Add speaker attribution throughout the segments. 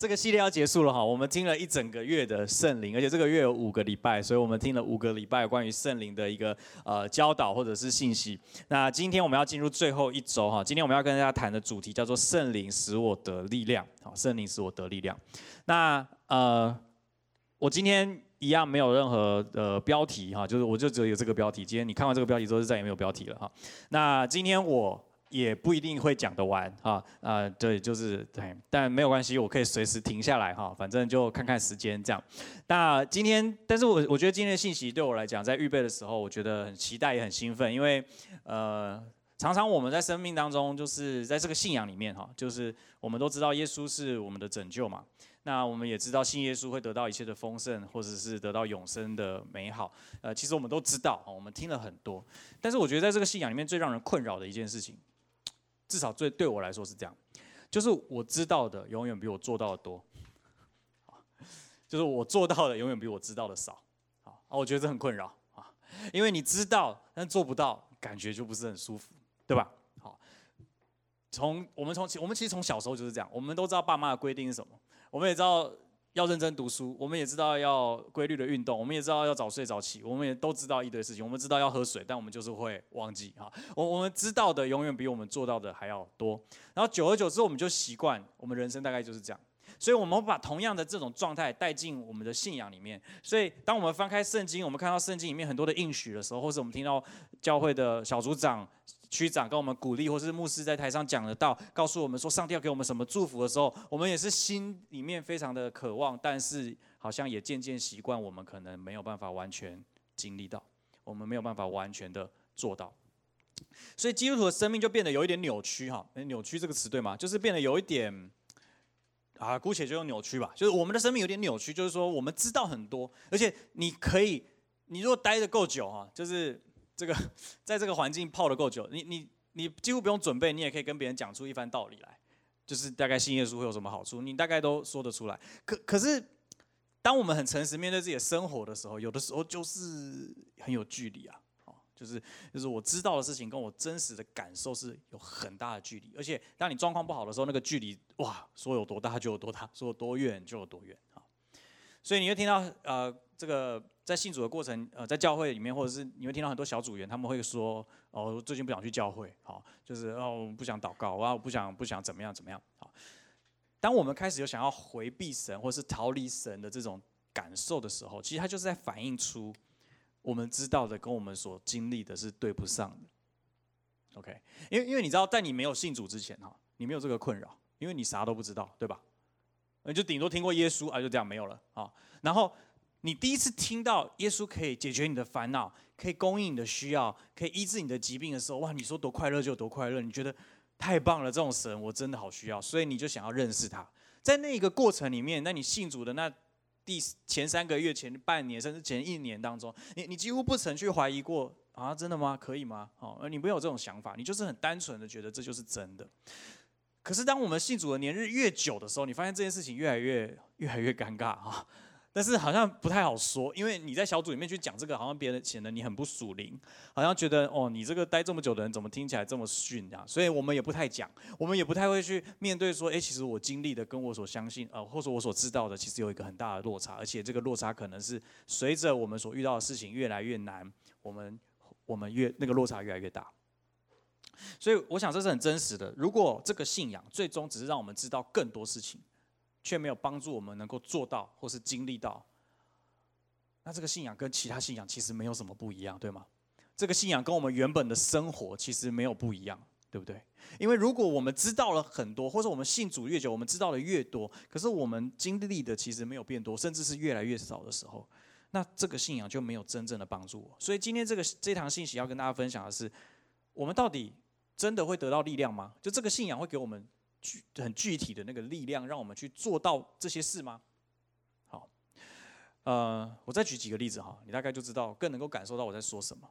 Speaker 1: 这个系列要结束了哈，我们听了一整个月的圣灵，而且这个月有5个礼拜，所以我们听了5个礼拜关于圣灵的一个教导或者是信息。那今天我们要进入最后一周哈，今天我们要跟大家谈的主题叫做圣灵使我得力量。好，圣灵使我得力量。那我今天一样没有任何标题哈，就是我就只有这个标题。今天你看完这个标题之后，就再也没有标题了哈。那今天我也不一定会讲得完哈，对，就是对，但没有关系，我可以随时停下来哈，反正就看看时间这样。那今天，但是我觉得今天的信息对我来讲，在预备的时候，我觉得很期待也很兴奋，因为常常我们在生命当中，就是在这个信仰里面哈，就是我们都知道耶稣是我们的拯救嘛。那我们也知道信耶稣会得到一切的丰盛，或者是得到永生的美好。其实我们都知道，我们听了很多。但是我觉得在这个信仰里面最让人困扰的一件事情，至少对我来说是这样，就是我知道的永远比我做到的多，就是我做到的永远比我知道的少。我觉得这很困扰啊，因为你知道但做不到，感觉就不是很舒服，对吧？好，我们其实从小时候就是这样，我们都知道爸妈的规定是什么。我们也知道要认真读书，我们也知道要规律的运动，我们也知道要早睡早起，我们也都知道一堆事情。我们知道要喝水，但我们就是会忘记哈。我们知道的永远比我们做到的还要多。然后久而久之，我们就习惯，我们人生大概就是这样。所以我们把同样的这种状态带进我们的信仰里面。所以当我们翻开圣经，我们看到圣经里面很多的应许的时候，或是我们听到教会的小组长、区长跟我们鼓励，或是牧师在台上讲的道，告诉我们说上帝要给我们什么祝福的时候，我们也是心里面非常的渴望，但是好像也渐渐习惯，我们可能没有办法完全经历到，我们没有办法完全的做到。所以基督徒的生命就变得有一点扭曲哈，扭曲这个词对吗？就是变得有一点姑且就用扭曲吧，就是我们的生命有点扭曲，就是说我们知道很多，而且你如果待得够久哈，就是在这个环境泡得够久，你几乎不用准备，你也可以跟别人讲出一番道理来，就是大概信耶稣会有什么好处，你大概都说得出来。可是当我们很诚实面对自己的生活的时候，有的时候就是很有距离啊。就是我知道的事情跟我真实的感受是有很大的距离，而且当你状况不好的时候，那个距离说有多大就有多大，说有多远就有多远啊。所以你会听到这个在信主的过程，在教会里面，或者是你会听到很多小组员他们会说，我最近不想去教会，就是我不想祷告，我不想怎么样。当我们开始有想要回避神或是逃离神的这种感受的时候，其实它就是在反映出我们知道的跟我们所经历的是对不上的 ，OK？ 因为你知道，在你没有信主之前你没有这个困扰，因为你啥都不知道，对吧？你就顶多听过耶稣就这样没有了然后你第一次听到耶稣可以解决你的烦恼，可以供应你的需要，可以医治你的疾病的时候，你说多快乐就有多快乐，你觉得太棒了，这种神我真的好需要，所以你就想要认识他。在那个过程里面，那你信主的前3个月、前半年，甚至前1年当中，你几乎不曾去怀疑过真的吗？可以吗？你没有这种想法，你就是很单纯的觉得这就是真的。可是当我们信主的年日越久的时候，你发现这件事情越来越尴尬但是好像不太好说，因为你在小组里面去讲这个，好像别人显得你很不属灵，好像觉得你这个待这么久的人怎么听起来这么逊所以我们也不太讲，我们也不太会去面对说，其实我经历的跟我所相信或者我所知道的，其实有一个很大的落差，而且这个落差可能是随着我们所遇到的事情越来越难，我们那个落差越来越大。所以我想这是很真实的。如果这个信仰最终只是让我们知道更多事情，却没有帮助我们能够做到或是经历到，那这个信仰跟其他信仰其实没有什么不一样，对吗？这个信仰跟我们原本的生活其实没有不一样，对不对？因为如果我们知道了很多，或者我们信主越久，我们知道的越多，可是我们经历的其实没有变多，甚至是越来越少的时候，那这个信仰就没有真正的帮助我。所以今天这堂信息要跟大家分享的是，我们到底真的会得到力量吗？就这个信仰会给我们很具体的那个力量，让我们去做到这些事吗？好，我再举几个例子你大概就知道，更能够感受到我在说什么。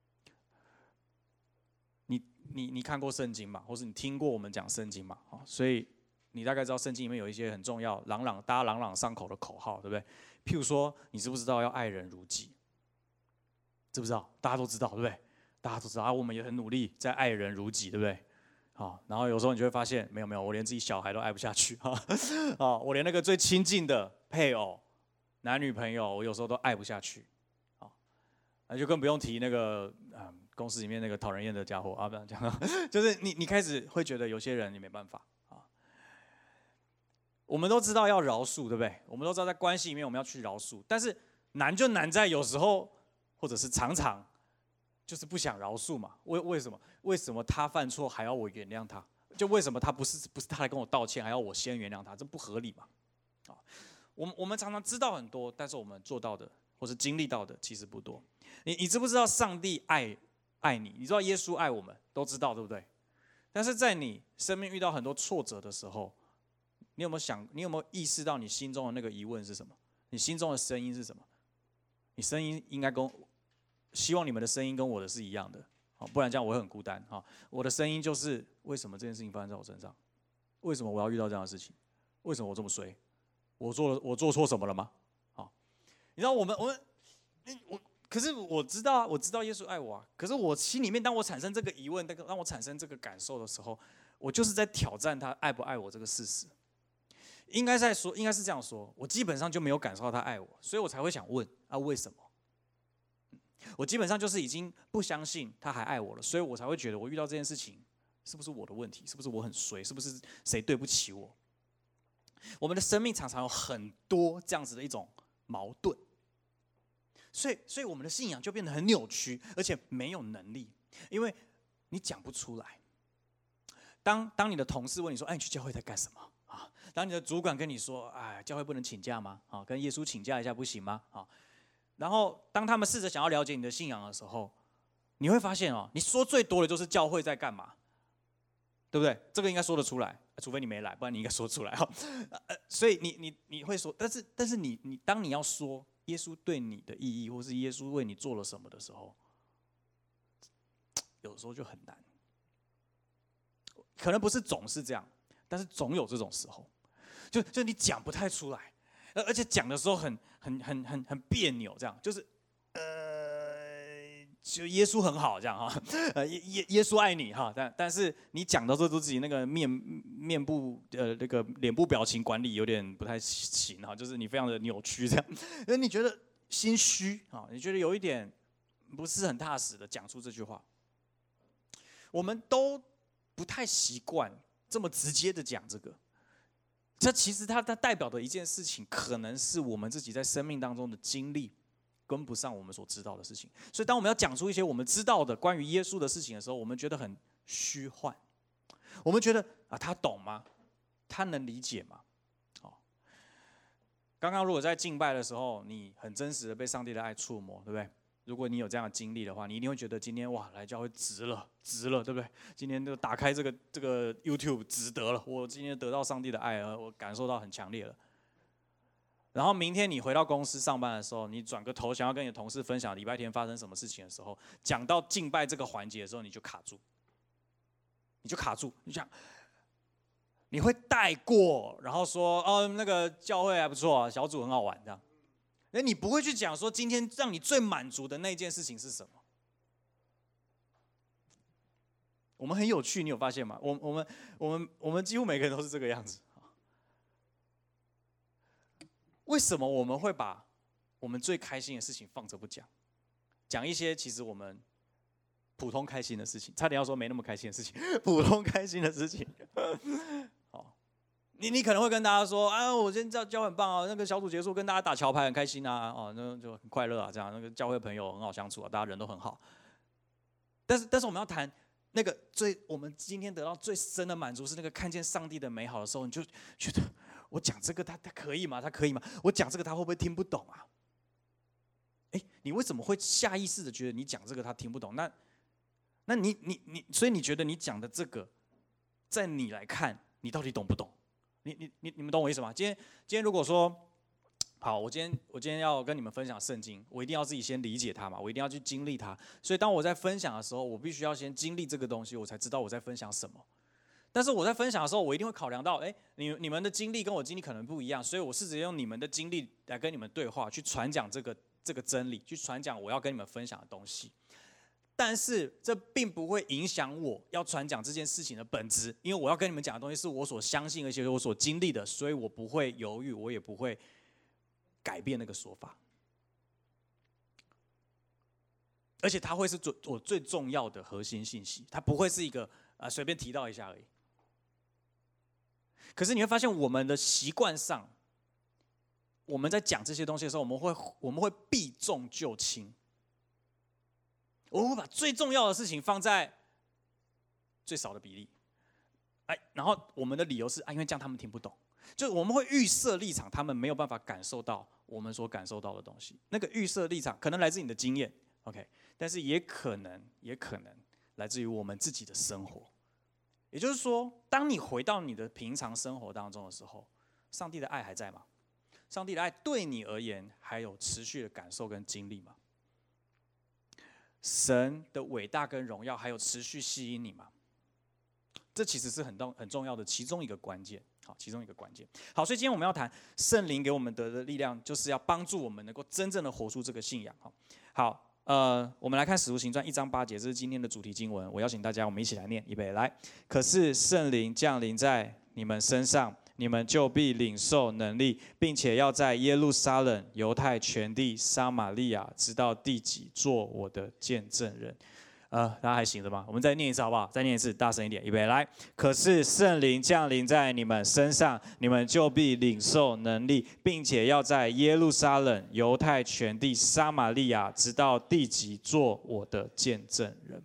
Speaker 1: 你看过圣经嘛，或是你听过我们讲圣经嘛？所以你大概知道圣经里面有一些很重要、大家朗朗上口的口号，对不对？譬如说，你知不知道要爱人如己？知不知道？大家都知道，对不对？大家都知道我们也很努力在爱人如己，对不对？ 好，然后有时候你就会发现，没有，我连自己小孩都爱不下去哈，啊，我连那个最亲近的配偶、男女朋友，我有时候都爱不下去，啊，那就更不用提那个公司里面那个讨人厌的家伙啊，不要讲，就是你开始会觉得有些人你没办法啊。我们都知道要饶恕，对不对？我们都知道在关系里面我们要去饶恕，但是难就难在有时候或者是常常。就是不想饶恕嘛？为什么？为什么他犯错还要我原谅他？就为什么他不是他来跟我道歉，还要我先原谅他？这不合理嘛？啊，我们常常知道很多，但是我们做到的或是经历到的其实不多。你知不知道上帝爱你？你知道耶稣爱我们，都知道对不对？但是在你生命遇到很多挫折的时候，你有没有意识到你心中的那个疑问是什么？你心中的声音是什么？你声音应该希望你们的声音跟我的是一样的，不然这样我会很孤单。我的声音就是为什么这件事情发生在我身上？为什么我要遇到这样的事情？为什么我这么衰？我做错什么了吗？你知道可是我知道耶稣爱我啊。可是我心里面，当我产生这个疑问，当我产生这个感受的时候，我就是在挑战他爱不爱我这个事实。应该是这样说，我基本上就没有感受到他爱我，所以我才会想问啊，为什么？我基本上就是已经不相信他还爱我了，所以我才会觉得我遇到这件事情是不是我的问题？是不是我很衰？是不是谁对不起我？我们的生命常常有很多这样子的一种矛盾，所以我们的信仰就变得很扭曲，而且没有能力，因为你讲不出来。当你的同事问你说：“哎，你去教会在干什么？”啊，当你的主管跟你说：“哎，教会不能请假吗？啊，跟耶稣请假一下不行吗？”啊。然后，当他们试着想要了解你的信仰的时候，你会发现你说最多的就是教会在干嘛，对不对？这个应该说得出来，除非你没来，不然你应该说出来所以你会说，但是当你要说耶稣对你的意义，或是耶稣为你做了什么的时候，有时候就很难。可能不是总是这样，但是总有这种时候，就你讲不太出来，而且讲的时候很别扭，这样就是就耶稣很好这样哈，耶稣爱你哈，但是你讲的时候都自己那个面部那个脸部表情管理有点不太行哈，就是你非常的扭曲这样，因为你觉得心虚啊，你觉得有一点不是很踏实的讲出这句话，我们都不太习惯这么直接的讲这个。这其实它代表的一件事情，可能是我们自己在生命当中的经历跟不上我们所知道的事情。所以，当我们要讲出一些我们知道的关于耶稣的事情的时候，我们觉得很虚幻。我们觉得他懂吗？他能理解吗？刚刚如果在敬拜的时候，你很真实的被上帝的爱触摸，对不对？如果你有这样的经历的话，你一定会觉得今天来教会值了，对不对？今天就打开这个 YouTube 值得了，我今天得到上帝的爱，我感受到很强烈了。然后明天你回到公司上班的时候，你转个头想要跟你的同事分享礼拜天发生什么事情的时候，讲到敬拜这个环节的时候，你就卡住，你讲，你会带过，然后说那个教会还不错，小组很好玩这样。那你不会去讲说今天让你最满足的那件事情是什么？我们很有趣，你有发现吗？我们几乎每个人都是这个样子。为什么我们会把我们最开心的事情放着不讲？讲一些其实我们普通开心的事情，差点要说没那么开心的事情，普通开心的事情。你可能会跟大家说我今天教很棒啊，那个小组结束跟大家打桥牌很开心啊，那就很快乐啊，这样那个教会朋友很好相处啊，大家人都很好。但是我们要谈那个我们今天得到最深的满足是那个看见上帝的美好的时候，你就觉得我讲这个他可以吗？他可以吗？我讲这个他会不会听不懂啊？你为什么会下意识的觉得你讲这个他听不懂？那你所以你觉得你讲的这个，在你来看，你到底懂不懂？你们懂我意思吗？今天如果说好，我今天要跟你们分享圣经，我一定要自己先理解它嘛，我一定要去经历它。所以当我在分享的时候，我必须要先经历这个东西，我才知道我在分享什么。但是我在分享的时候，我一定会考量到，你们的经历跟我经历可能不一样，所以我试着用你们的经历来跟你们对话，去传讲这个真理，去传讲我要跟你们分享的东西。 但是这并不会影响我要传讲这件事情的本质，因为我要跟你们讲的东西是我所相信而且我所经历的，所以我不会犹豫，我也不会改变那个说法，而且它会是我最重要的核心信息，它不会是一个随便提到一下而已。可是你会发现，我们的习惯上，我们在讲这些东西的时候，我们会避重就轻，我们会把最重要的事情放在最少的比例。然后我们的理由是因为这样他们听不懂，就是我们会预设立场，他们没有办法感受到我们所感受到的东西。那个预设立场可能来自你的经验 ，OK， 但是也可能来自于我们自己的生活。也就是说，当你回到你的平常生活当中的时候，上帝的爱还在吗？上帝的爱对你而言还有持续的感受跟经历吗？神的伟大跟荣耀还有持续吸引你吗？这其实是很重要的其中一个关键。好，其中一个关键。好，所以今天我们要谈圣灵给我们的力量，就是要帮助我们能够真正的活出这个信仰。好。我们来看《使徒行传》1章8节，这是今天的主题经文。我邀请大家，我们一起来念，预备来。可是圣灵降临在你们身上，你们就必领受能力，并且要在耶路撒冷、犹太全地、撒玛利亚，直到地极，做我的见证人。大家还行的吗？我们再念一次好不好？再念一次，大声一点，预备来。可是圣灵降临在你们身上，你们就必领受能力，并且要在耶路撒冷、犹太全地、撒玛利亚，直到地极，做我的见证人。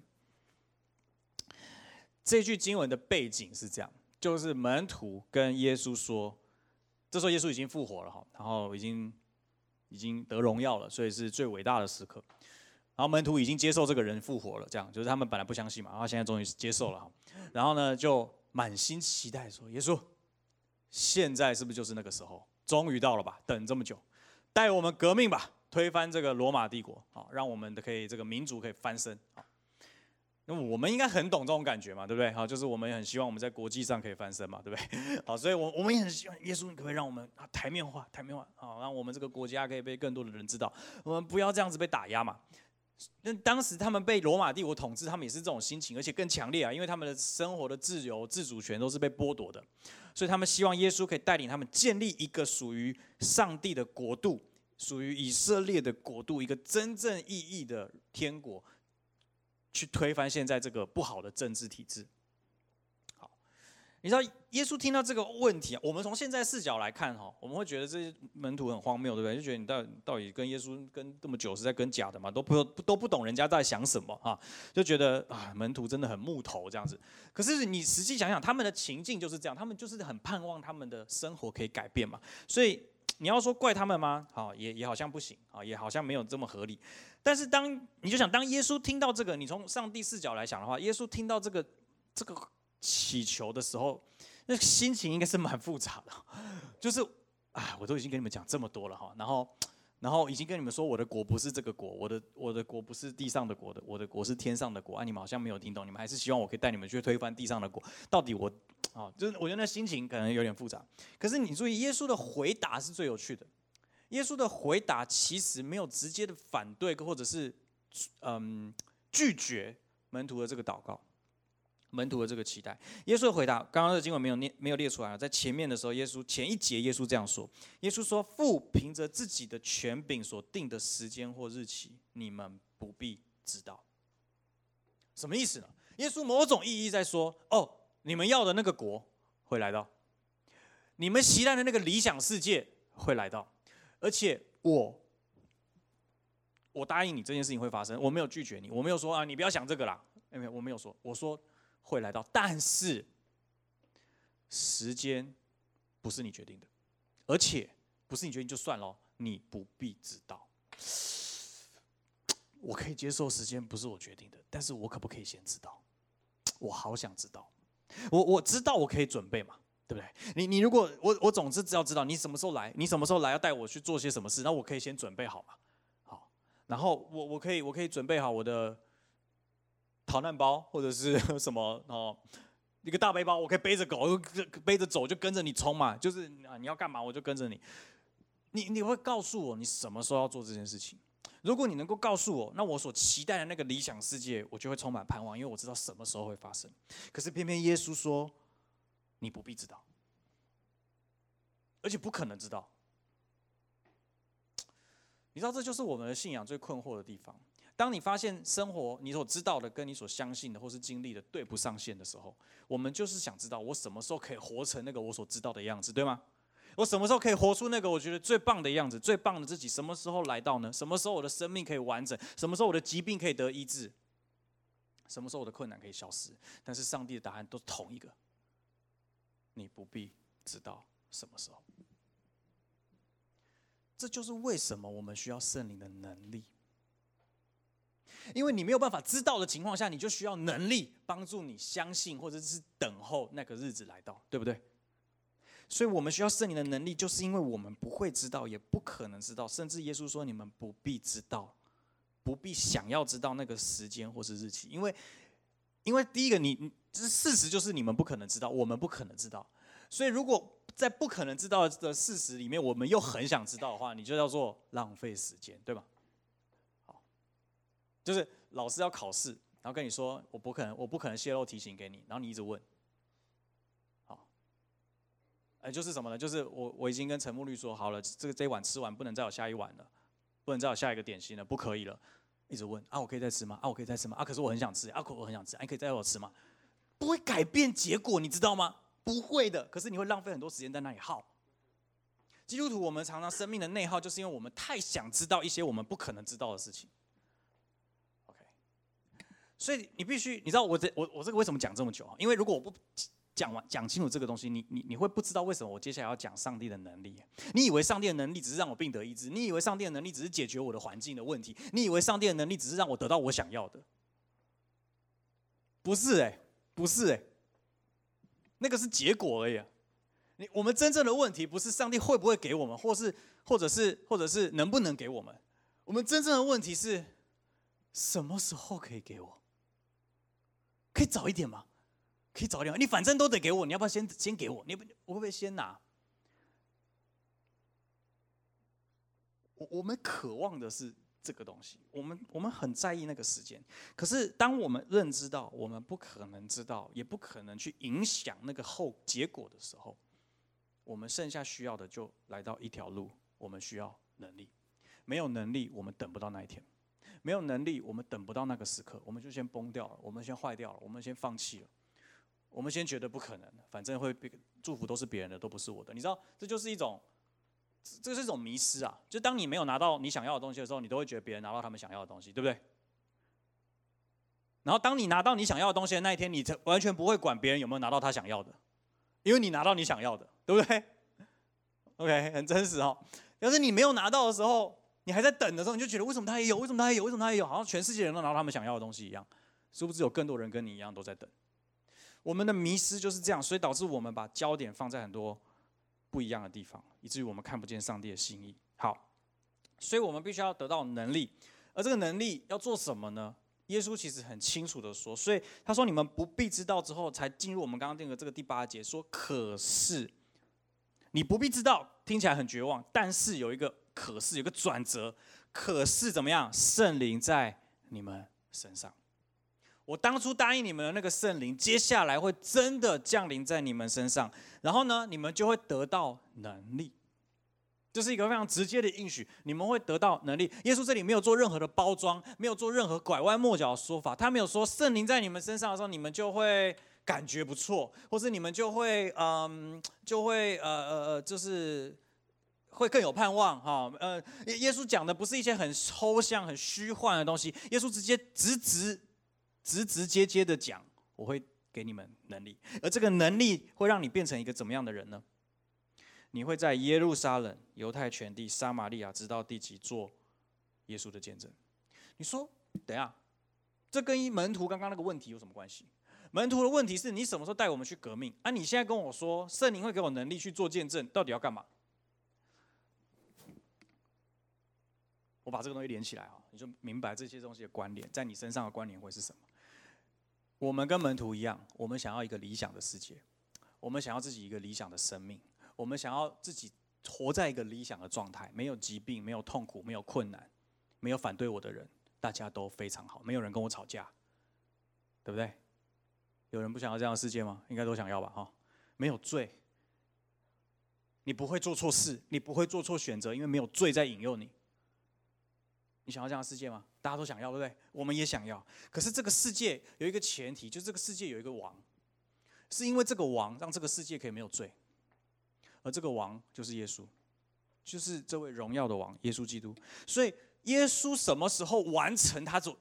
Speaker 1: 这句经文的背景是这样，就是门徒跟耶稣说，这时候耶稣已经复活了，然后已经得荣耀了，所以是最伟大的时刻。然后门徒已经接受这个人复活了，这样就是他们本来不相信嘛，然后现在终于接受了。然后呢，就满心期待说：“耶稣，现在是不是就是那个时候？终于到了吧？等这么久，带我们革命吧，推翻这个罗马帝国，好，让我们可以这个民族可以翻身。好，那么我们应该很懂这种感觉嘛，对不对？好，就是我们也很希望我们在国际上可以翻身嘛，对不对？好，所以我们也很希望耶稣，你可不可以让我们台面化，好，让我们这个国家可以被更多的人知道，我们不要这样子被打压嘛。”那当时他们被罗马帝国统治，他们也是这种心情，而且更强烈啊，因为他们的生活的自由、自主权都是被剥夺的，所以他们希望耶稣可以带领他们建立一个属于上帝的国度，属于以色列的国度，一个真正意义的天国，去推翻现在这个不好的政治体制。好，你知道耶稣听到这个问题，我们从现在视角来看，我们会觉得这些门徒很荒谬，对不对？就觉得你到底跟耶稣跟这么久是在跟假的嘛？都不懂人家在想什么啊？就觉得门徒真的很木头这样子。可是你实际想想，他们的情境就是这样，他们就是很盼望他们的生活可以改变嘛。所以你要说怪他们吗？好，也好像不行啊，也好像没有这么合理。但是你就想，当耶稣听到这个，你从上帝视角来想的话，耶稣听到这个祈求的时候，那心情应该是蛮复杂的，就是我都已经跟你们讲这么多了哈，然后已经跟你们说我的国不是这个国，我的国不是地上的国的，我的国是天上的国，你们好像没有听懂，你们还是希望我可以带你们去推翻地上的国，到底就是我觉得那心情可能有点复杂。可是你注意，耶稣的回答是最有趣的，耶稣的回答其实没有直接的反对或者是拒绝门徒的这个祷告。门徒的这个期待，耶稣的回答，刚刚的经文没有列出来，在前面的时候，前一节耶稣这样说：耶稣说，父凭着自己的权柄所定的时间或日期，你们不必知道。什么意思呢？耶稣某种意义在说：你们要的那个国会来到，你们期待的那个理想世界会来到，而且我答应你这件事情会发生，我没有拒绝你，我没有说你不要想这个啦，我没有说，我说会来到，但是时间不是你决定的，而且不是你决定就算了，你不必知道。我可以接受时间不是我决定的，但是我可不可以先知道？我好想知道，我知道我可以准备嘛，对不对？你如果我总之只要知道你什么时候来，你什么时候来要带我去做些什么事，那我可以先准备好嘛，好，然后我可以准备好我的逃难包或者是什么一个大背包，我可以背着狗，背着走就跟着你冲嘛，就是你要干嘛我就跟着你。你会告诉我你什么时候要做这件事情。 如果你能够告诉我，那我所期待的那个理想世界，我就会充满盼望，因为我知道什么时候会发生。可是偏偏耶稣说，你不必知道，而且不可能知道。你知道，这就是我们的信仰最困惑的地方。当你发现生活你所知道的跟你所相信的或是经历的对不上线的时候，我们就是想知道我什么时候可以活成那个我所知道的样子，对吗？我什么时候可以活出那个我觉得最棒的样子，最棒的自己？什么时候来到呢？什么时候我的生命可以完整？什么时候我的疾病可以得医治？什么时候我的困难可以消失？但是上帝的答案都是同一个：你不必知道什么时候。这就是为什么我们需要圣灵的能力。因为你没有办法知道的情况下，你就需要能力帮助你相信，或者是等候那个日子来到，对不对？所以我们需要圣灵的能力，就是因为我们不会知道，也不可能知道，甚至耶稣说：“你们不必知道，不必想要知道那个时间或是日期。”因为第一个，事实就是你们不可能知道，我们不可能知道。所以如果在不可能知道的事实里面，我们又很想知道的话，你就叫做浪费时间，对吧？就是老师要考试，然后跟你说我不可能泄露题型给你，然后你一直问，好，就是什么呢？就是我已经跟陈木律说好了，这一碗吃完不能再有下一碗了，不能再有下一个点心了，不可以了，一直问啊，我可以再吃吗？啊，我可以再吃吗？啊，可是我很想吃，啊，我很想吃，啊，你可以再让我吃吗？不会改变结果，你知道吗？不会的，可是你会浪费很多时间在那里耗。基督徒我们常常生命的内耗，就是因为我们太想知道一些我们不可能知道的事情。所以你必须，你知道我这个为什么讲这么久啊？因为如果我不讲清楚这个东西，你会不知道为什么我接下来要讲上帝的能力。你以为上帝的能力只是让我病得医治，你以为上帝的能力只是解决我的环境的问题，你以为上帝的能力只是让我得到我想要的，不是不是那个是结果而已。我们真正的问题不是上帝会不会给我们，或者是能不能给我们，我们真正的问题是什么时候可以给我？可以早一点吗？可以早一点吗？你反正都得给我，你要不要先给我？我会不会先拿？我们渴望的是这个东西，我们很在意那个时间。可是当我们认知到我们不可能知道，也不可能去影响那个结果的时候，我们剩下需要的就来到一条路，我们需要能力。没有能力，我们等不到那一天。没有能力，我们等不到那个时刻，我们就先崩掉了，我们先坏掉了，我们先放弃了，我们先觉得不可能，反正会祝福都是别人的，都不是我的。你知道，这是一种迷失啊！就当你没有拿到你想要的东西的时候，你都会觉得别人拿到他们想要的东西，对不对？然后当你拿到你想要的东西的那一天，你完全不会管别人有没有拿到他想要的，因为你拿到你想要的，对不对 ？OK， 很真实哦。要是你没有拿到的时候，你还在等的时候，你就觉得为什么他也有？为什么他也有？为什么他也有？好像全世界人都拿到他们想要的东西一样，殊不知有更多人跟你一样都在等。我们的迷失就是这样，所以导致我们把焦点放在很多不一样的地方，以至于我们看不见上帝的心意。好，所以我们必须要得到能力，而这个能力要做什么呢？耶稣其实很清楚的说，所以他说你们不必知道之后，才进入我们刚刚这个第8节，说可是你不必知道，听起来很绝望，但是有一个可是，有个转折，可是怎么样？圣灵在你们身上。我当初答应你们的那个圣灵，接下来会真的降临在你们身上，然后呢，你们就会得到能力。这是一个非常直接的应许，你们会得到能力。耶稣这里没有做任何的包装，没有做任何拐弯抹角的说法，他没有说圣灵在你们身上的时候，你们就会感觉不错，或是你们就会就是会更有盼望哈。耶稣讲的不是一些很抽象、很虚幻的东西，耶稣直接直接的讲，我会给你们能力，而这个能力会让你变成一个怎么样的人呢？你会在耶路撒冷、犹太全地、撒玛利亚直到地极做耶稣的见证。你说，等一下，这跟门徒刚刚那个问题有什么关系？门徒的问题是你什么时候带我们去革命？啊，你现在跟我说圣灵会给我能力去做见证，到底要干嘛？我把这个东西连起来啊，你就明白这些东西的关联，在你身上的关联会是什么？我们跟门徒一样，我们想要一个理想的世界，我们想要自己一个理想的生命。我们想要自己活在一个理想的状态，没有疾病，没有痛苦，没有困难， 没有反对我的人，大家都非常好，没有人跟我吵架，对不对？有人不想要这样的世界吗？应该都想要吧，哈。没有罪，你不会做错事，你不会做错选择，因为没有罪在引诱你。你想要这样的世界吗？大家都想要，对不对？我们也想要。可是这个世界有一个前提，就是这个世界有一个王，是因为这个王让这个世界可以没有罪，而这个王就是耶稣，就是这位荣耀的王耶稣基督。所以耶稣什么时候完成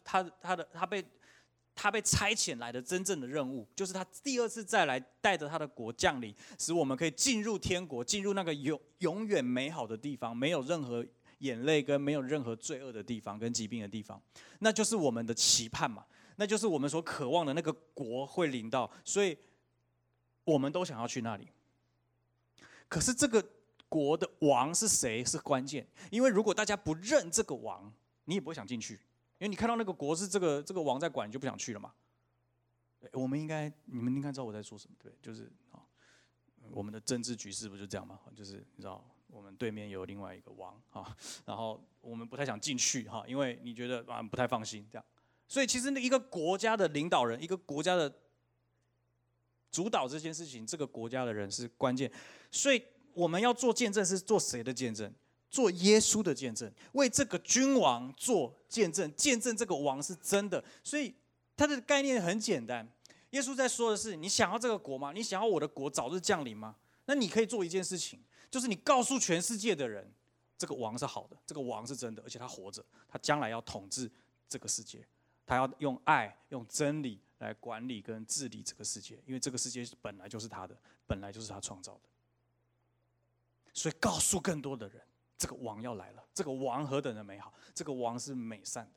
Speaker 1: 他被差遣来的真正的任务，就是他第二次再来带着他的国降临，使我们可以进入天国，进入那个永远美好的地方，没有任何眼泪跟没有任何罪恶的地方跟疾病的地方，那就是我们的期盼嘛，那就是我们所渴望的那个国会临到，所以我们都想要去那里。可是这个国的王是谁是关键，因为如果大家不认这个王，你也不会想进去。因为你看到那个国是这个王在管，你就不想去了嘛。你们应该知道我在说什么，对，就是我们的政治局势不就这样吗？就是你知道，我们对面有另外一个王啊，然后我们不太想进去哈，因为你觉得不太放心这样。所以其实一个国家的领导人，一个国家的主导这件事情，这个国家的人是关键。所以我们要做见证，是做谁的见证？做耶稣的见证，为这个君王做见证，见证这个王是真的。所以他的概念很简单，耶稣在说的是：你想要这个国吗？你想要我的国早日降临吗？那你可以做一件事情，就是你告诉全世界的人，这个王是好的，这个王是真的，而且他活着，他将来要统治这个世界，他要用爱、用真理来管理跟治理这个世界，因为这个世界本来就是他的，本来就是他创造的。所以告诉更多的人，这个王要来了，这个王何等的美好，这个王是美善的。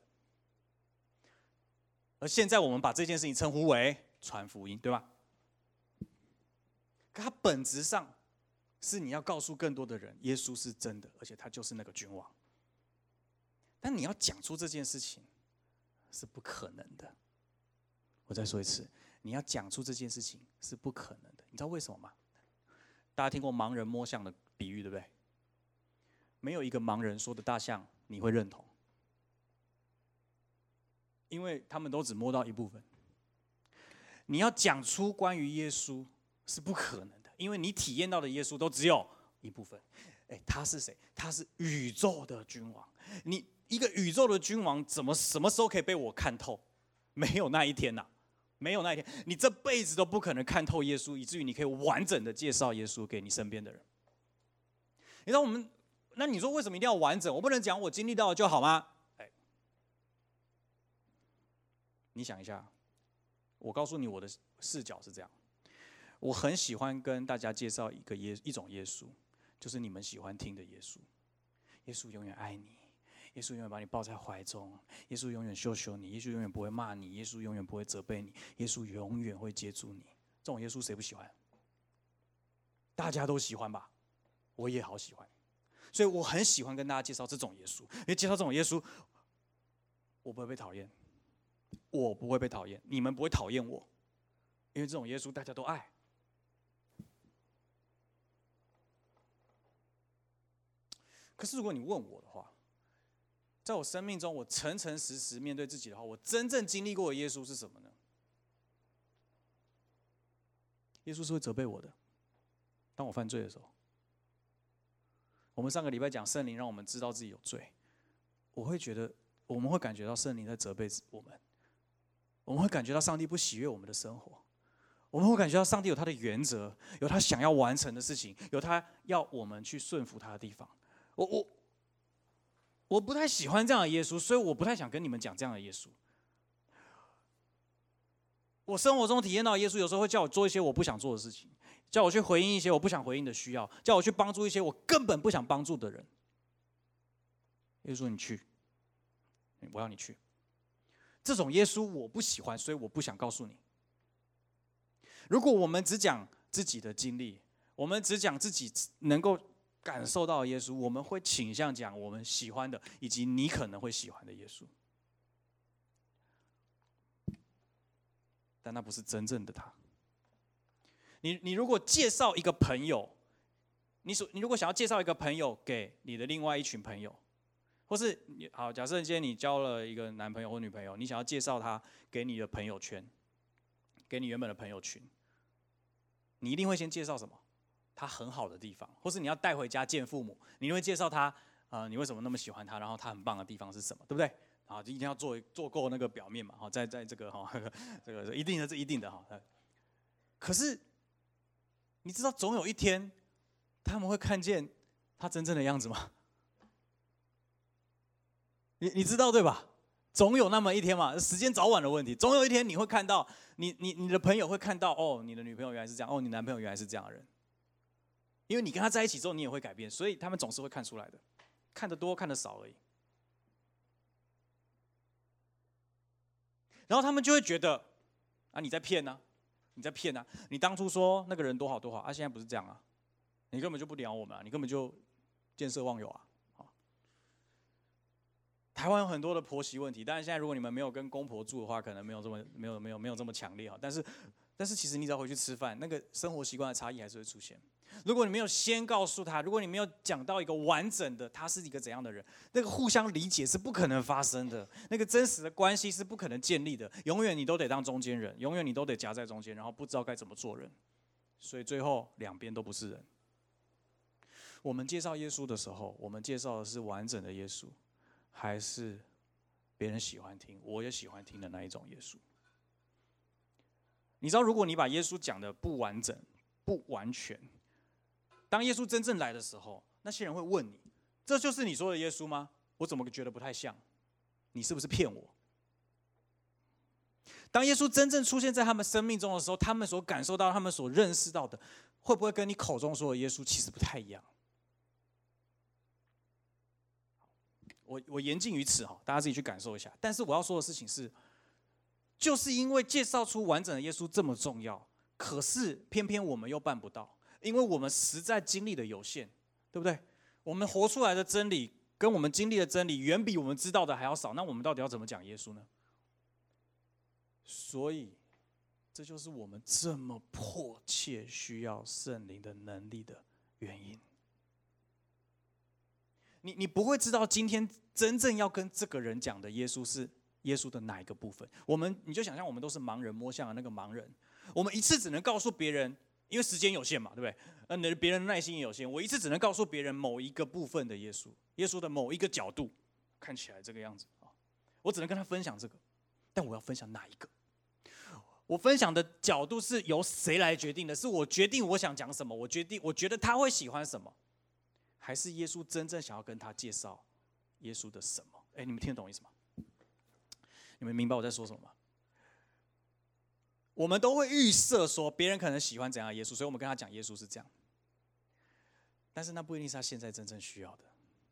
Speaker 1: 而现在我们把这件事情称呼为传福音，对吧？可它本质上是你要告诉更多的人，耶稣是真的，而且他就是那个君王。但你要讲出这件事情是不可能的。我再说一次，你要讲出这件事情是不可能的。你知道为什么吗？大家听过盲人摸象的比喻，对不对？没有一个盲人说的大象你会认同，因为他们都只摸到一部分。你要讲出关于耶稣是不可能的，因为你体验到的耶稣都只有一部分。他是谁？他是宇宙的君王。你一个宇宙的君王，什么时候可以被我看透？没有那一天呐，没有那一天，你这辈子都不可能看透耶稣，以至于你可以完整的介绍耶稣给你身边的人。你知道那你说为什么一定要完整？我不能讲我经历到的就好吗？你想一下，我告诉你我的视角是这样。我很喜欢跟大家介绍一种耶稣，就是你们喜欢听的耶稣。耶稣永远爱你，耶稣永远把你抱在怀中，耶稣永远秀秀你，耶稣永远不会骂你，耶稣永远不会责备你，耶稣永远会接住你。这种耶稣谁不喜欢？大家都喜欢吧？我也好喜欢。所以我很喜欢跟大家介绍这种耶稣，因为介绍这种耶稣，我不会被讨厌，我不会被讨厌，你们不会讨厌我，因为这种耶稣大家都爱。可是如果你问我的话，在我生命中，我诚诚实实面对自己的话，我真正经历过的耶稣是什么呢？耶稣是会责备我的，当我犯罪的时候。我们上个礼拜讲圣灵让我们知道自己有罪，我们会感觉到圣灵在责备我们，我们会感觉到上帝不喜悦我们的生活，我们会感觉到上帝有他的原则，有他想要完成的事情，有他要我们去顺服他的地方。我不太喜欢这样的耶稣，所以我不太想跟你们讲这样的耶稣。我生活中体验到的耶稣，有时候会叫我做一些我不想做的事情，叫我去回应一些我不想回应的需要，叫我去帮助一些我根本不想帮助的人。耶稣说：“你去，我要你去。”这种耶稣我不喜欢，所以我不想告诉你。如果我们只讲自己的经历，我们只讲自己能够感受到的耶稣，我们会倾向讲我们喜欢的，以及你可能会喜欢的耶稣。但那不是真正的他。你如果介绍一个朋友，你如果想要介绍一个朋友给你的另外一群朋友， 或是好，假设今天你交了一个男朋友或女朋友，你想要介绍他给你的朋友圈，给你原本的朋友群，你一定会先介绍什么？他很好的地方，或是你要带回家见父母，你会介绍他，你为什么那么喜欢他，然后他很棒的地方是什么，对不对？啊，一定要做够那个表面嘛，哈，在这个哈，这个一定的，这一定的哈。可是你知道总有一天他们会看见他真正的样子吗？你知道对吧？总有那么一天嘛，时间早晚的问题。总有一天你会看到，你的朋友会看到，哦，你的女朋友原来是这样，哦，你男朋友原来是这样的人。因为你跟他在一起之后，你也会改变，所以他们总是会看出来的，看得多看得少而已。然后他们就会觉得，啊，你在骗啊，你在骗啊！你当初说那个人多好多好，啊，现在不是这样啊，你根本就不鸟我们啊，你根本就见色忘友啊！台湾有很多的婆媳问题，但是现在如果你们没有跟公婆住的话，可能没有这么强烈哈。但是其实你只要回去吃饭，那个生活习惯的差异还是会出现。如果你没有先告诉他，如果你没有讲到一个完整的他是一个怎样的人，那个互相理解是不可能发生的，那个真实的关系是不可能建立的。永远你都得当中间人，永远你都得夹在中间，然后不知道该怎么做人，所以最后两边都不是人。我们介绍耶稣的时候，我们介绍的是完整的耶稣，还是别人喜欢听，我也喜欢听的那一种耶稣？你知道，如果你把耶稣讲的不完整、不完全，当耶稣真正来的时候，那些人会问你：“这就是你说的耶稣吗？我怎么觉得不太像？你是不是骗我？”当耶稣真正出现在他们生命中的时候，他们所感受到、他们所认识到的，会不会跟你口中说的耶稣其实不太一样？我言尽于此哈，大家自己去感受一下。但是我要说的事情是，就是因为介绍出完整的耶稣这么重要，可是偏偏我们又办不到，因为我们实在经历的有限，对不对？我们活出来的真理跟我们经历的真理远比我们知道的还要少，那我们到底要怎么讲耶稣呢？所以，这就是我们这么迫切需要圣灵的能力的原因。你不会知道今天真正要跟这个人讲的耶稣是耶稣的哪一个部分。你就想象我们都是盲人摸象的那个盲人，我们一次只能告诉别人，因为时间有限嘛，对不对？别人的耐心也有限，我一次只能告诉别人某一个部分的耶稣，耶稣的某一个角度，看起来这个样子啊，我只能跟他分享这个，但我要分享哪一个？我分享的角度是由谁来决定的？是我决定我想讲什么，我觉得他会喜欢什么，还是耶稣真正想要跟他介绍耶稣的什么？你们听得懂意思吗？你们明白我在说什么吗？我们都会预设说别人可能喜欢怎样的耶稣，所以我们跟他讲耶稣是这样，但是那不一定是他现在真正需要的。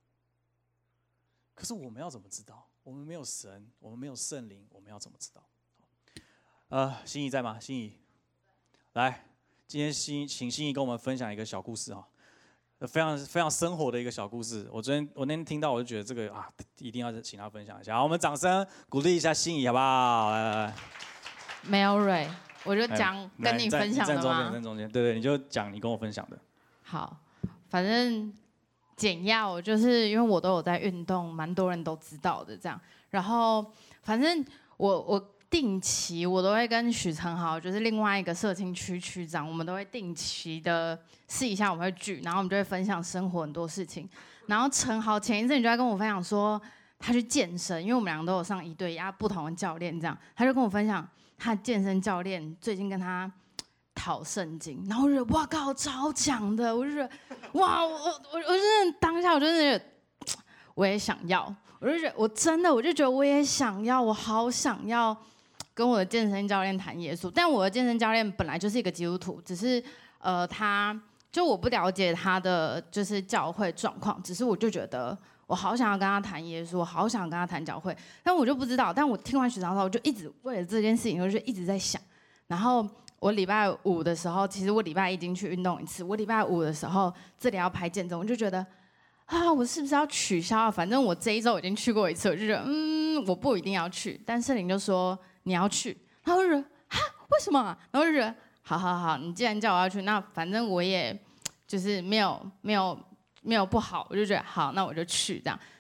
Speaker 1: 可是我们要怎么知道？我们没有神，我们没有圣灵，我们要怎么知道？心怡在吗？心怡，来，今天请心怡跟我们分享一个小故事哈，非常非常生活的一个小故事。我那天听到，我就觉得这个一定要请他分享一下。好，我们掌声鼓励一下心怡，好不好？来。
Speaker 2: 没有蕊，我就讲跟你分享的嘛。
Speaker 1: 站中间，对，你就讲你跟我分享的。
Speaker 2: 好，反正减压，我就是因为我都有在运动，蛮多人都知道的这样。然后反正我定期我都会跟许承豪，就是另外一个社青区区长，我们都会定期的试一下，我们会聚，然后我们就会分享生活很多事情。然后承豪前一阵就在跟我分享说，他去健身，因为我们两个都有上一对一不同的教练这样，他就跟我分享他健身教练最近跟他讨圣经，然后我就觉得哇靠超强的，我就觉得哇我真的当下我真的我也想要，我就觉得我就觉得我也想要，我好想要跟我的健身教练谈耶稣，但我的健身教练本来就是一个基督徒，只是他就我不了解他的就是教会状况，只是我就觉得我好想要跟他谈耶稣，我好想跟他谈教会，但我就不知道。但我听完许长之后，我就一直为了这件事情，我就一直在想。然后我礼拜五的时候，其实我礼拜一已经去运动一次。我礼拜五的时候，这里要排健身，我就觉得我是不是要取消？反正我这一周已经去过一次，我就觉得我不一定要去。但圣灵就说你要去，然后我就觉得为什么？然后我就觉得好，你既然叫我要去，那反正我也就是没有不好，我就觉得好，那我就去这样。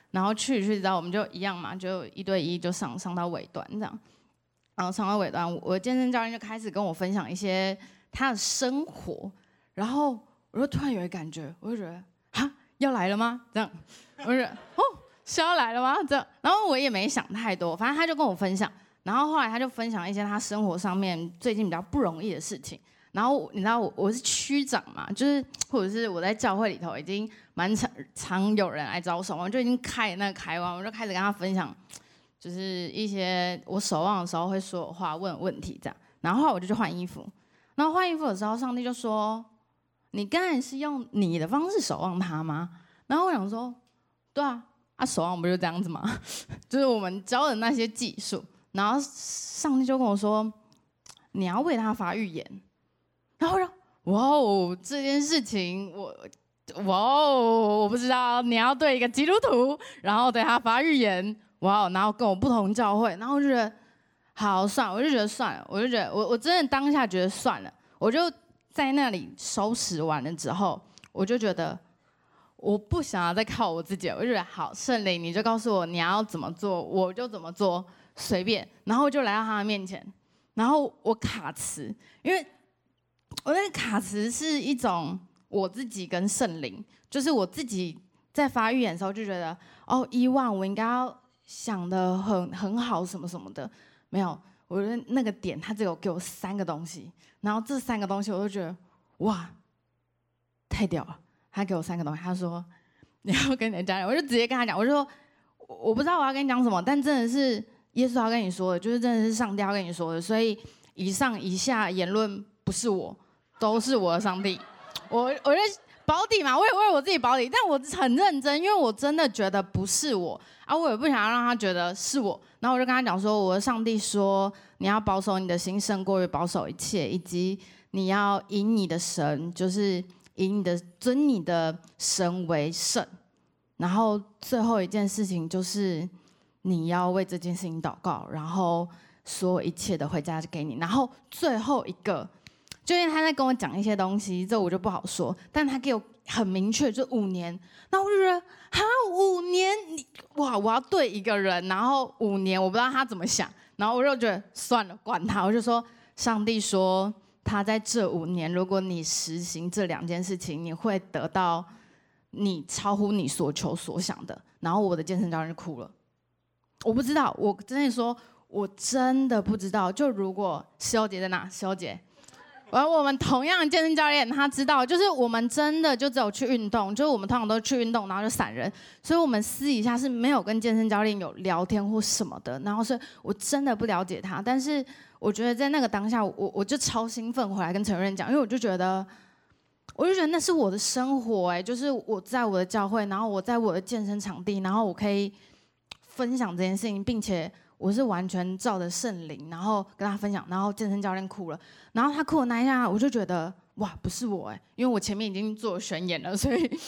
Speaker 2: 然后去之后我们就一样嘛，就1对1就上到尾端这样。然后上到尾端，我的健身教练就开始跟我分享一些他的生活，然后我就突然有一个感觉，我就觉得哈要来了吗？这样，我就觉得哦是要来了吗？这样，然后我也没想太多，反正他就跟我分享，然后后来他就分享一些他生活上面最近比较不容易的事情。然后你知道我是区长嘛，就是或者是我在教会里头已经蛮常有人来找我守望，我就已经开那个开关，我就开始跟他分享。就是一些我守望的时候会说的话、问问题这样，然后后来我就去换衣服，然后换衣服的时候，上帝就说：“你刚才是用你的方式守望他吗？”然后我想说：“对啊，守望不就这样子吗？就是我们教的那些技术。”然后上帝就跟我说：“你要为他发预言。”然后我说：“哇哦，这件事情哇哦，我不知道你要对一个基督徒，然后对他发预言。”哇，然后跟我不同教会，然后我就觉得好算了，我就觉得算了，我就觉得我真的当下觉得算了，我就在那里收拾完了之后，我就觉得我不想要再靠我自己了，我就觉得好，圣灵你就告诉我你要怎么做，我就怎么做，随便，然后我就来到他的面前，然后我卡词，因为我那个卡词是一种我自己跟圣灵，就是我自己在发预言的时候就觉得哦，以往我应该要想的很好什么什么的，没有，我的那个点他只有给我3个东西，然后这3个东西我就觉得哇，太屌了。他给我3个东西，他说你要跟你的家人，我就直接跟他讲，我就说我不知道我要跟你讲什么，但真的是耶稣要跟你说的，就是真的是上帝要跟你说的，所以以上以下言论不是我，都是我的上帝。我就保底嘛，我也为我自己保底，但我很认真，因为我真的觉得不是我啊，我也不想要让他觉得是我。然后我就跟他讲说，我的上帝说，你要保守你的心胜过于保守一切，以及你要以你的神，就是尊你的神为圣。然后最后一件事情就是你要为这件事情祷告，然后所有一切的回家给你。然后最后一个。就因为他在跟我讲一些东西，这我就不好说。但他给我很明确，就5年。那我就觉得，哈，5年，哇，我要对一个人，然后5年，我不知道他怎么想。然后我就觉得算了，管他。我就说，上帝说他在这5年，如果你实行这2件事情，你会得到你超乎你所求所想的。然后我的健身教练就哭了。我不知道，我真的说，我真的不知道。就如果石油姐在哪，石油姐。而我们同样的健身教练，他知道，就是我们真的就只有去运动，就是我们通常都去运动，然后就散人，所以我们私底下是没有跟健身教练有聊天或什么的。然后是我真的不了解他，但是我觉得在那个当下，我就超兴奋回来跟陈润讲，因为我就觉得那是我的生活，就是我在我的教会，然后我在我的健身场地，然后我可以分享这件事情，并且。我是完全照着圣灵，然后跟他分享，然后健身教练哭了，然后他哭的那一下，我就觉得哇，不是我因为我前面已经做了宣言了，所以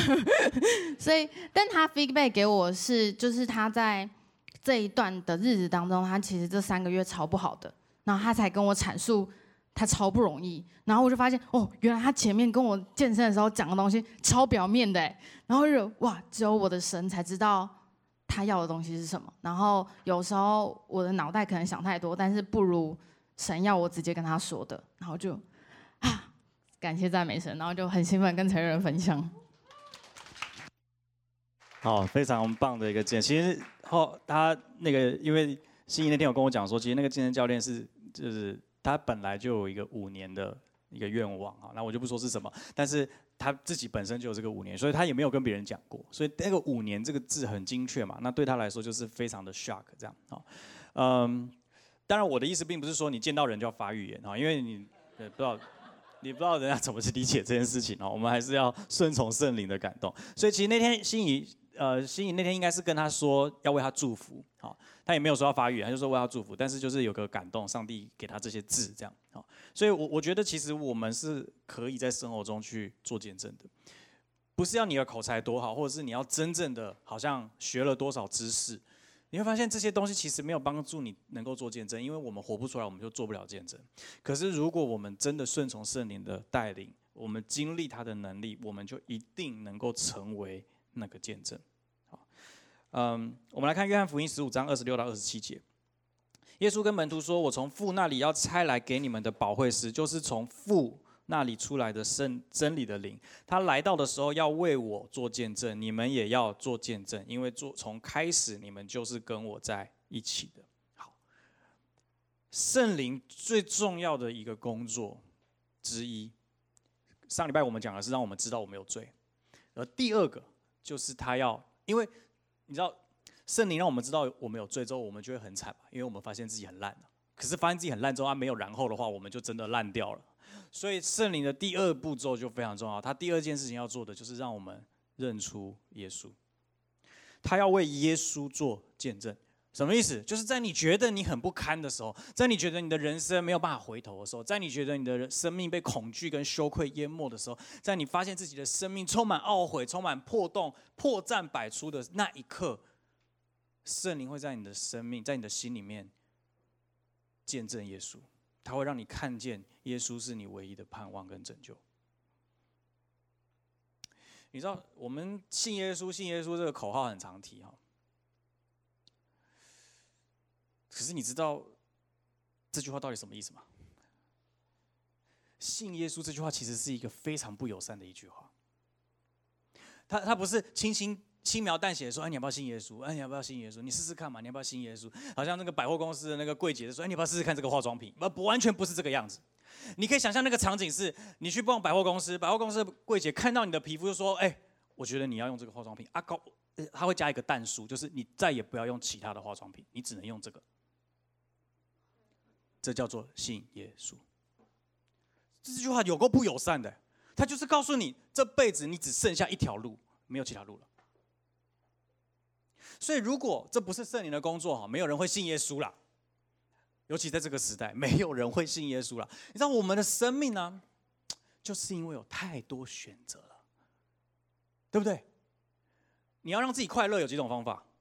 Speaker 2: 但他 feedback 给我是，就是他在这一段的日子当中，他其实这3个月超不好的，然后他才跟我阐述他超不容易，然后我就发现哦，原来他前面跟我健身的时候讲的东西超表面的然后就哇，只有我的神才知道。他要的东西是什么？然后有时候我的脑袋可能想太多，但是不如神要我直接跟他说的，然后就感谢赞美神，然后就很兴奋跟陈人分享。
Speaker 1: 好，非常棒的一个建议。其实他那个，因为心怡那天有跟我讲说，其实那个健身教练就是他本来就有一个5年的一个愿望那我就不说是什么，但是。他自己本身就有这个5年，所以他也没有跟别人讲过，所以那个5年这个字很精确嘛，那对他来说就是非常的 shock 这样当然我的意思并不是说你见到人就要发预言因为你不知道人家怎么去理解这件事情我们还是要顺从圣灵的感动。所以其实那天心怡那天应该是跟他说要为他祝福他也没有说要发预言，他就说为他祝福，但是就是有个感动，上帝给他这些字这样所以我觉得其实我们是可以在生活中去做见证的，不是要你的口才多好，或者是你要真正的好像学了多少知识，你会发现这些东西其实没有帮助你能够做见证，因为我们活不出来，我们就做不了见证。可是如果我们真的顺从圣灵的带领，我们经历他的能力，我们就一定能够成为那个见证。 我们来看约翰福音15章26到27节。耶稣跟门徒说：“我从父那里要差来给你们的保惠师，就是从父那里出来的真理的灵。他来到的时候，要为我做见证，你们也要做见证，因为从开始你们就是跟我在一起的。”好，圣灵最重要的一个工作之一，上礼拜我们讲的是让我们知道我们有罪，而第二个就是他要，因为你知道。圣灵让我们知道我们有罪之后，我们就会很惨嘛，因为我们发现自己很烂了。可是发现自己很烂之后，没有然后的话，我们就真的烂掉了。所以圣灵的第二步骤就非常重要。他第二件事情要做的就是让我们认出耶稣，他要为耶稣做见证。什么意思？就是在你觉得你很不堪的时候，在你觉得你的人生没有办法回头的时候，在你觉得你的生命被恐惧跟羞愧淹没的时候，在你发现自己的生命充满懊悔、充满破洞、破绽百出的那一刻，圣灵会在你的生命，在你的心里面见证耶稣，他会让你看见耶稣是你唯一的盼望跟拯救。你知道，我们信耶稣这个口号很常提哈，可是你知道这句话到底什么意思吗？信耶稣这句话其实是一个非常不友善的一句话，他不是轻描淡写的说：“哎，你要不要信耶稣？哎，你要不要信耶稣？你试试看嘛，你要不要信耶稣？”好像那个百货公司的那个柜姐说：“哎，你要不要试试看这个化妆品？”完全不是这个样子。你可以想象那个场景是：你去逛百货公司，百货公司的柜姐看到你的皮肤就说：“哎，我觉得你要用这个化妆品啊。”他会加一个但书，就是你再也不要用其他的化妆品，你只能用这个。这叫做信耶稣。这句话有够不友善的，他就是告诉你，这辈子你只剩下一条路，没有其他路了。所以，如果这不是圣灵的工作，没有人会信耶稣啦。尤其在这个时代，没有人会信耶稣啦。你知道，我们的生命呢，就是因为有太多选择了，对不对？你要让自己快乐，有几种方法？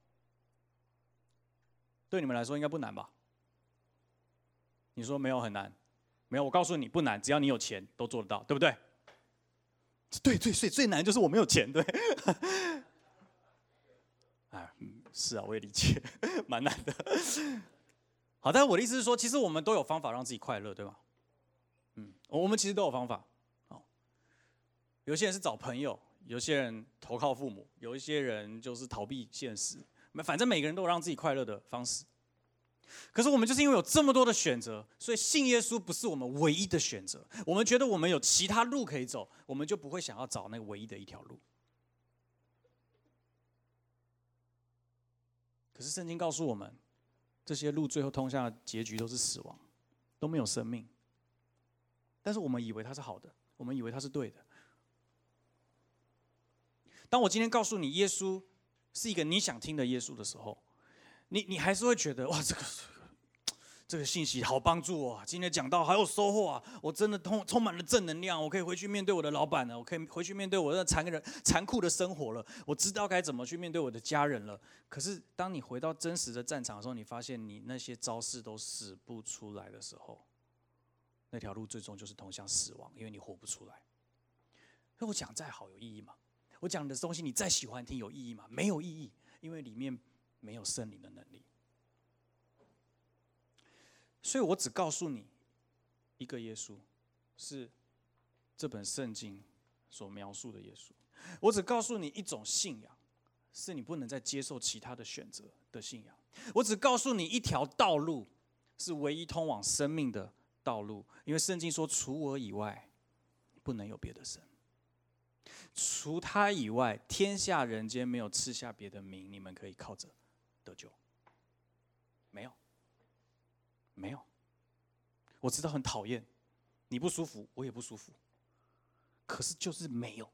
Speaker 1: 对你们来说应该不难吧？你说没有很难？没有，我告诉你不难，只要你有钱都做得到，对不对？对，最难就是我没有钱，对。是啊，我也理解，蛮难的。好，但是我的意思是说，其实我们都有方法让自己快乐，对吧？我们其实都有方法。有些人是找朋友，有些人投靠父母，有一些人就是逃避现实。反正每个人都有让自己快乐的方式。可是我们就是因为有这么多的选择，所以信耶稣不是我们唯一的选择。我们觉得我们有其他路可以走，我们就不会想要找那个唯一的一条路。可是圣经告诉我们，这些路最后通向的结局都是死亡，都没有生命。但是我们以为它是好的，我们以为它是对的。当我今天告诉你耶稣是一个你想听的耶稣的时候，你还是会觉得哇，这个信息好帮助我啊！今天讲到好有收获啊！我真的充满了正能量，我可以回去面对我的老板了，我可以回去面对我的残酷的生活了，我知道该怎么去面对我的家人了。可是当你回到真实的战场的时候，你发现你那些招式都使不出来的时候，那条路最终就是通向死亡，因为你活不出来。那我讲再好有意义吗？我讲的东西你再喜欢听有意义吗？没有意义，因为里面没有圣灵的能力。所以我只告诉你一个耶稣，是这本圣经所描述的耶稣。我只告诉你一种信仰，是你不能再接受其他的选择的信仰。我只告诉你一条道路，是唯一通往生命的道路。因为圣经说，除我以外，不能有别的神。除他以外，天下人间没有赐下别的名，你们可以靠着得救。没有。没有，我知道很讨厌，你不舒服，我也不舒服，可是就是没有。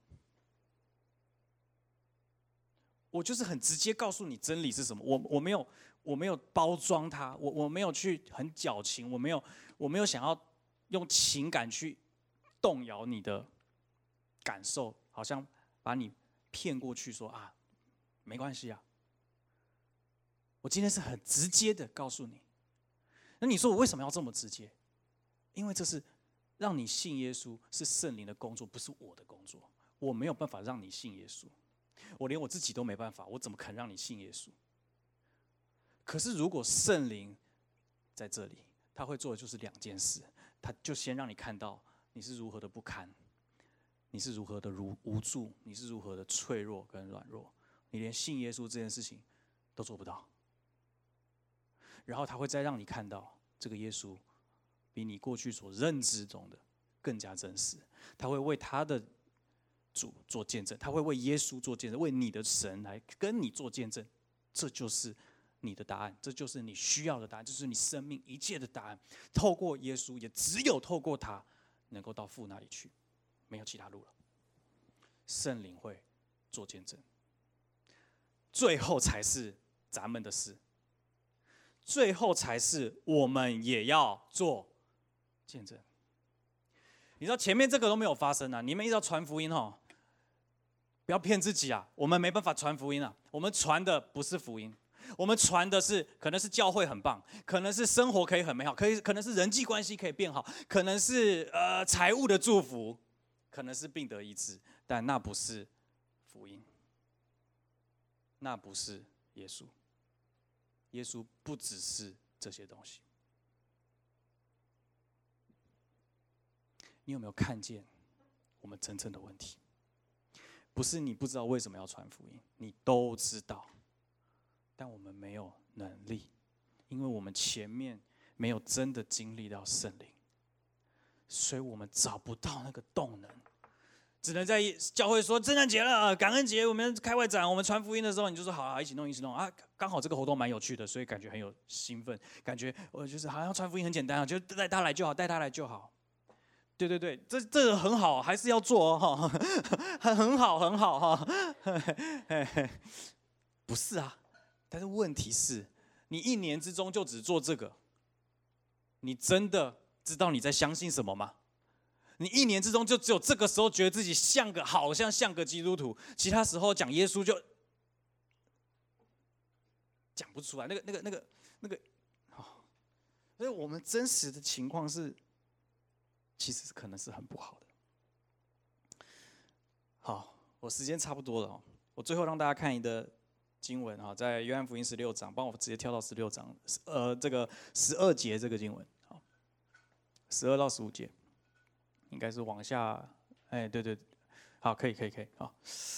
Speaker 1: 我就是很直接告诉你真理是什么，我没有包装它，我没有去很矫情，我没有想要用情感去动摇你的感受，好像把你骗过去说啊，没关系啊。我今天是很直接的告诉你。那你说我为什么要这么直接？因为这是让你信耶稣是圣灵的工作，不是我的工作。我没有办法让你信耶稣， 我连我自己都没办法，我怎么肯让你信耶稣？可是如果圣灵在这里，他会做的就是2件事，他就先让你看到你是如何的不堪，你是如何的无助，你是如何的脆弱跟软弱，你连信耶稣这件事情都做不到。然后他会再让你看到这个耶稣比你过去所认知中的更加真实，他会为他的主做见证，他会为耶稣做见证，为你的神来跟你做见证。这就是你的答案，这就是你需要的答案，这就是你生命一切的答案。透过耶稣，也只有透过他能够到父那里去，没有其他路了。圣灵会做见证，最后才是咱们的事，最后才是我们也要做见证。你知道前面这个都没有发生啊，你们一直要传福音哦，不要骗自己啊，我们没办法传福音啊，我们传的不是福音，我们传的是可能是教会很棒，可能是生活可以很美好，可能是人际关系可以变好，可能是财务的祝福，可能是病得医治，但那不是福音，那不是耶稣。耶稣不只是这些东西。你有没有看见我们真正的问题？不是你不知道为什么要传福音，你都知道，但我们没有能力，因为我们前面没有真的经历到圣灵，所以我们找不到那个动能，只能在教会说圣诞节了，感恩节我们开外展，我们传福音的时候，你就说好啊，一起弄一起弄啊，刚好这个活动蛮有趣的，所以感觉很有兴奋，感觉我就是好像传福音很简单啊，就带他来就好，带他来就好。对对对，这个很好，还是要做哦，很好很好哈。不是啊，但是问题是，你1年之中就只做这个，你真的知道你在相信什么吗？你1年之中就只有这个时候觉得自己好像像个基督徒，其他时候讲耶稣就讲不出来。那个，所以我们真实的情况是，其实可能是很不好的。好，我时间差不多了哦，我最后让大家看一个经文哈，在约翰福音16章，帮我直接跳到16章，这个12节这个经文，好，12到15节，应该是往下，哎，对，好，可以，好。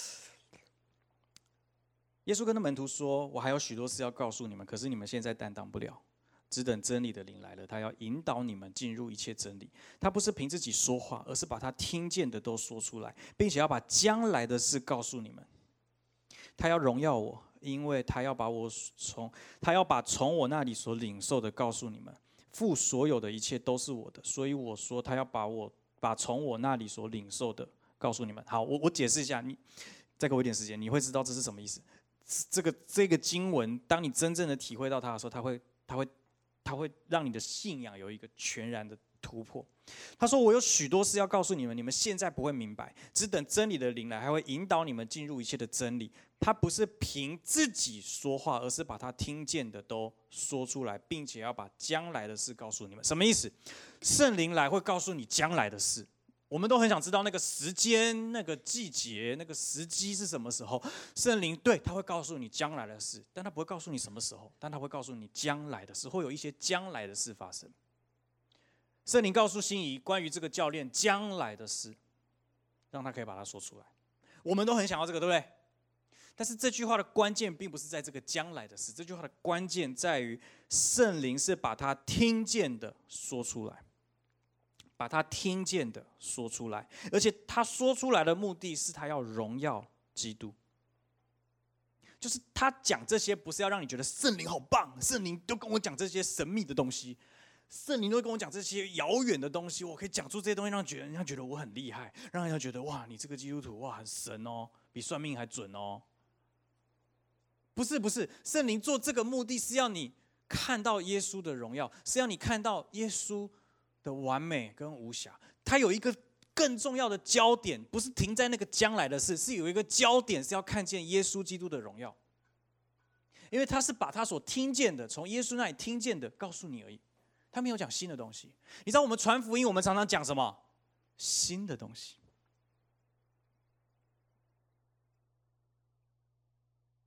Speaker 1: 耶稣跟他门徒说：“我还有许多事要告诉你们，可是你们现在担当不了。只等真理的灵来了，他要引导你们进入一切真理。他不是凭自己说话，而是把他听见的都说出来，并且要把将来的事告诉你们。他要荣耀我，因为他要把从我那里所领受的告诉你们。父所有的一切都是我的，所以我说他要把从我那里所领受的告诉你们。好，我解释一下，你再给我一点时间，你会知道这是什么意思。这个经文，当你真正的体会到它的时候，它会让你的信仰有一个全然的突破。他说：“我有许多事要告诉你们，你们现在不会明白，只等真理的灵来，还会引导你们进入一切的真理。他不是凭自己说话，而是把他听见的都说出来，并且要把将来的事告诉你们。”什么意思？圣灵来会告诉你将来的事。我们都很想知道那个时间、那个季节、那个时机是什么时候。圣灵对他会告诉你将来的事，但他不会告诉你什么时候，但他会告诉你将来的事，会有一些将来的事发生。圣灵告诉心仪关于这个教练将来的事，让他可以把它说出来。我们都很想要这个，对不对？但是这句话的关键并不是在这个将来的事，这句话的关键在于圣灵是把他听见的说出来。把他听见的说出来，而且他说出来的目的是他要荣耀基督。就是他讲这些不是要让你觉得圣灵好棒，圣灵都跟我讲这些神秘的东西，圣灵都跟我讲这些遥远的东西，我可以讲出这些东西，让人家觉得我很厉害，让人家觉得哇，你这个基督徒哇很神哦，比算命还准哦。不是，圣灵做这个目的是要你看到耶稣的荣耀，是要你看到耶稣的完美跟无瑕。他有一个更重要的焦点，不是停在那个将来的事，是有一个焦点是要看见耶稣基督的荣耀。因为他是把他所听见的，从耶稣那里听见的告诉你而已，他没有讲新的东西。你知道我们传福音，我们常常讲什么？新的东西。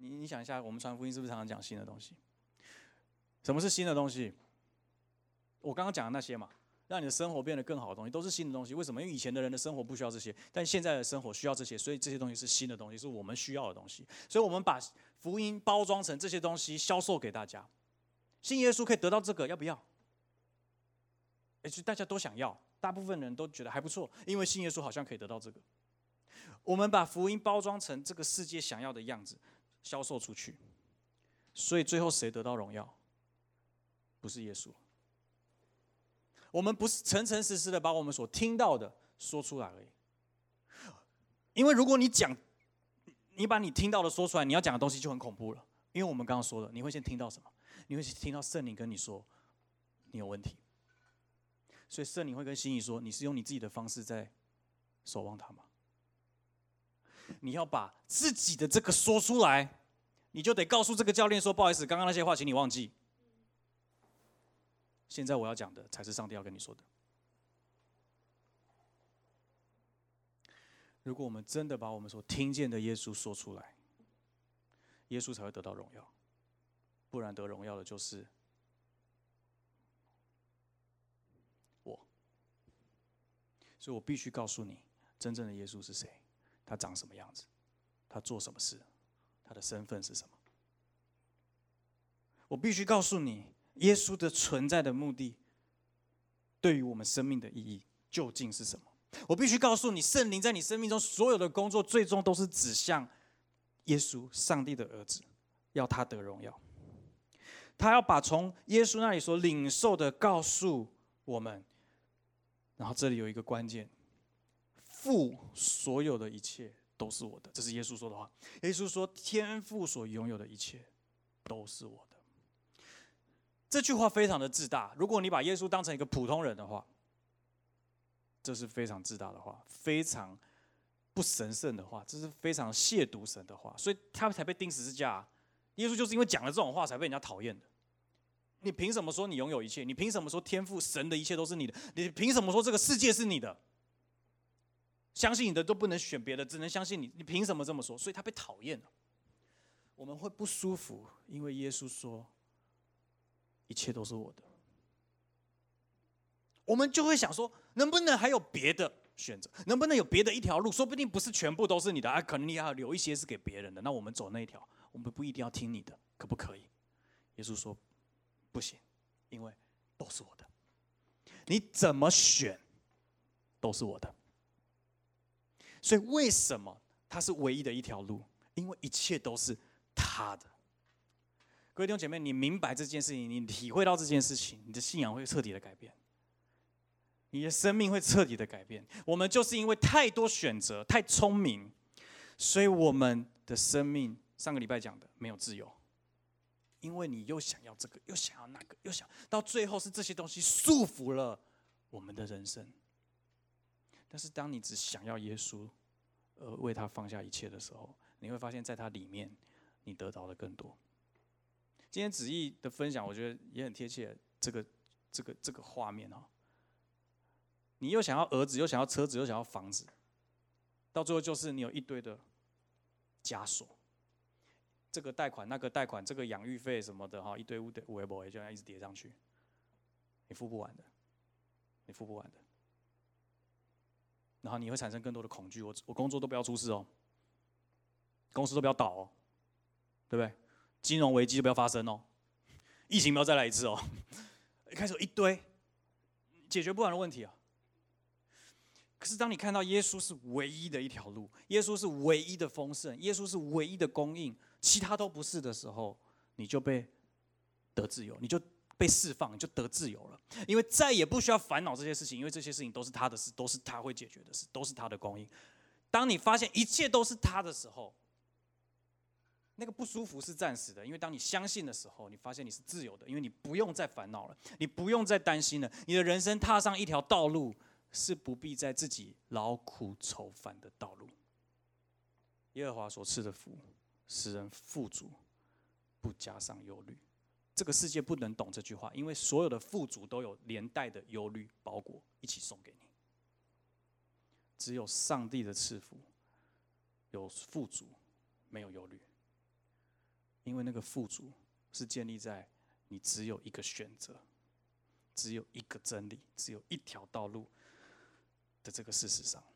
Speaker 1: 你想一下，我们传福音是不是常常讲新的东西？什么是新的东西？我刚刚讲的那些嘛，让你的生活变得更好的东西，都是新的东西。为什么？因为以前的人的生活不需要这些，但现在的生活需要这些，所以这些东西是新的东西，是我们需要的东西。所以我们把福音包装成这些东西，销售给大家。信耶稣可以得到这个，要不要？大家都想要，大部分人都觉得还不错，因为信耶稣好像可以得到这个。我们把福音包装成这个世界想要的样子，销售出去。所以最后谁得到荣耀？不是耶稣。我们不是诚诚实实的把我们所听到的说出来而已。因为如果你把你听到的说出来，你要讲的东西就很恐怖了。因为我们刚刚说了，你会先听到什么？你会先听到圣灵跟你说你有问题。所以圣灵会跟心意说，你是用你自己的方式在守望他吗？你要把自己的这个说出来，你就得告诉这个教练说，不好意思，刚刚那些话请你忘记。现在我要讲的才是上帝要跟你说的。如果我们真的把我们所听见的耶稣说出来，耶稣才会得到荣耀，不然得荣耀的就是我。所以我必须告诉你，真正的耶稣是谁，他长什么样子，他做什么事，他的身份是什么。我必须告诉你，耶稣的存在的目的，对于我们生命的意义究竟是什么？我必须告诉你，圣灵在你生命中所有的工作，最终都是指向耶稣，上帝的儿子，要他得荣耀。他要把从耶稣那里所领受的告诉我们。然后这里有一个关键，父所有的一切都是我的，这是耶稣说的话。耶稣说，天父所拥有的一切都是我的。这句话非常的自大。如果你把耶稣当成一个普通人的话，这是非常自大的话，非常不神圣的话，这是非常亵渎神的话，所以他才被钉十字架。耶稣就是因为讲了这种话，才被人家讨厌的。你凭什么说你拥有一切？你凭什么说天父神的一切都是你的？你凭什么说这个世界是你的？相信你的都不能选别的，只能相信你。你凭什么这么说？所以他被讨厌了。我们会不舒服，因为耶稣说一切都是我的。我们就会想说，能不能还有别的选择？能不能有别的一条路？说不定不是全部都是你的啊，可能你要留一些是给别人的。那我们走那一条，我们不一定要听你的，可不可以？耶稣说不行，因为都是我的，你怎么选都是我的。所以为什么它是唯一的一条路？因为一切都是他的。各位弟兄姐妹，你明白这件事情，你体会到这件事情，你的信仰会彻底的改变，你的生命会彻底的改变。我们就是因为太多选择，太聪明，所以我们的生命，上个礼拜讲的没有自由，因为你又想要这个，又想要那个，又想到最后是这些东西束缚了我们的人生。但是当你只想要耶稣，而为他放下一切的时候，你会发现在他里面，你得到的更多。今天子毅的分享，我觉得也很贴切这个画面哦。你又想要儿子，又想要车子，又想要房子，到最后就是你有一堆的枷锁，这个贷款那个贷款，这个养育费什么的哈，一堆五维博就这样一直叠上去，你付不完的，你付不完的。然后你会产生更多的恐惧，我工作都不要出事哦，公司都不要倒哦，对不对？金融危机都不要发生哦，疫情不要再来一次哦，开始有一堆解决不完的问题啊。可是当你看到耶稣是唯一的一条路，耶稣是唯一的丰盛，耶稣是唯一的供应，其他都不是的时候，你就被得自由，你就被释放，你就得自由了。因为再也不需要烦恼这些事情，因为这些事情都是他的事，都是他会解决的事，都是他的供应。当你发现一切都是他的时候，那个不舒服是暂时的，因为当你相信的时候，你发现你是自由的，因为你不用再烦恼了，你不用再担心了，你的人生踏上一条道路，是不必在自己劳苦愁烦的道路。耶和华所赐的福，使人富足，不加上忧虑。这个世界不能懂这句话，因为所有的富足都有连带的忧虑包裹一起送给你。只有上帝的赐福，有富足，没有忧虑。 因为那个富足是建立在你只有一个选择，只有一个真理，只有一条道路的这个事实上。